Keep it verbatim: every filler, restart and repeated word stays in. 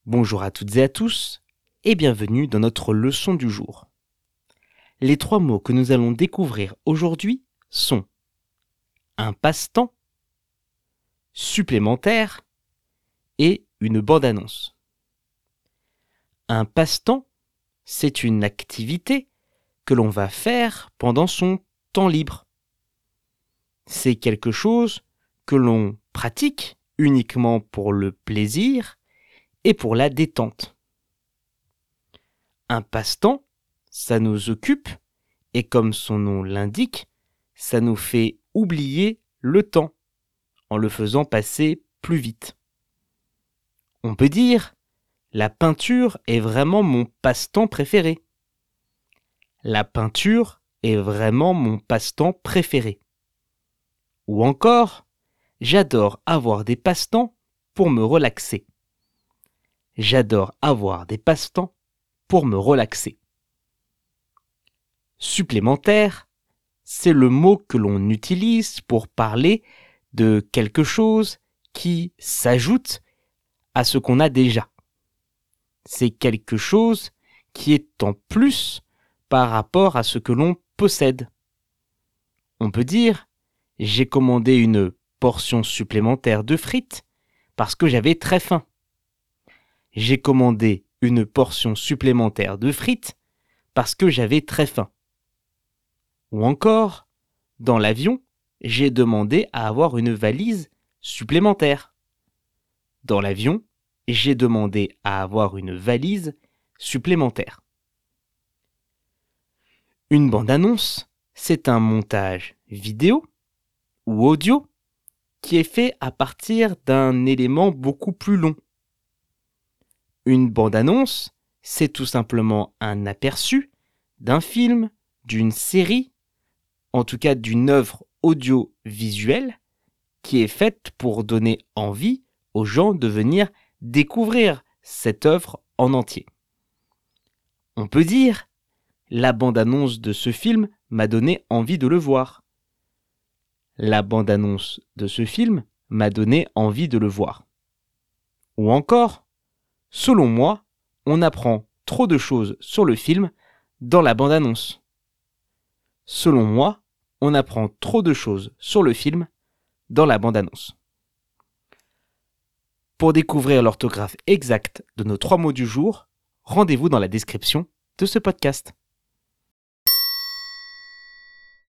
Bonjour à toutes et à tous et bienvenue dans notre leçon du jour. Les trois mots que nous allons découvrir aujourd'hui sont un passe-temps, supplémentaire et une bande-annonce. Un passe-temps, c'est une activité que l'on va faire pendant son temps libre. C'est quelque chose que l'on pratique uniquement pour le plaisir et pour la détente. Un passe-temps, ça nous occupe et comme son nom l'indique, ça nous fait oublier le temps en le faisant passer plus vite. On peut dire, la peinture est vraiment mon passe-temps préféré. La peinture est vraiment mon passe-temps préféré. Ou encore, j'adore avoir des passe-temps pour me relaxer. J'adore avoir des passe-temps pour me relaxer. Supplémentaire, c'est le mot que l'on utilise pour parler de quelque chose qui s'ajoute à ce qu'on a déjà. C'est quelque chose qui est en plus par rapport à ce que l'on possède. On peut dire, j'ai commandé une portion supplémentaire de frites parce que j'avais très faim. J'ai commandé une portion supplémentaire de frites parce que j'avais très faim. Ou encore, dans l'avion, j'ai demandé à avoir une valise supplémentaire. Dans l'avion, j'ai demandé à avoir une valise supplémentaire. Une bande-annonce, c'est un montage vidéo ou audio qui est fait à partir d'un élément beaucoup plus long. Une bande-annonce, c'est tout simplement un aperçu d'un film, d'une série, en tout cas d'une œuvre audiovisuelle qui est faite pour donner envie aux gens de venir découvrir cette œuvre en entier. On peut dire, la bande-annonce de ce film m'a donné envie de le voir. La bande-annonce de ce film m'a donné envie de le voir. Ou encore, selon moi, on apprend trop de choses sur le film dans la bande-annonce. Selon moi, on apprend trop de choses sur le film dans la bande-annonce. Pour découvrir l'orthographe exacte de nos trois mots du jour, rendez-vous dans la description de ce podcast.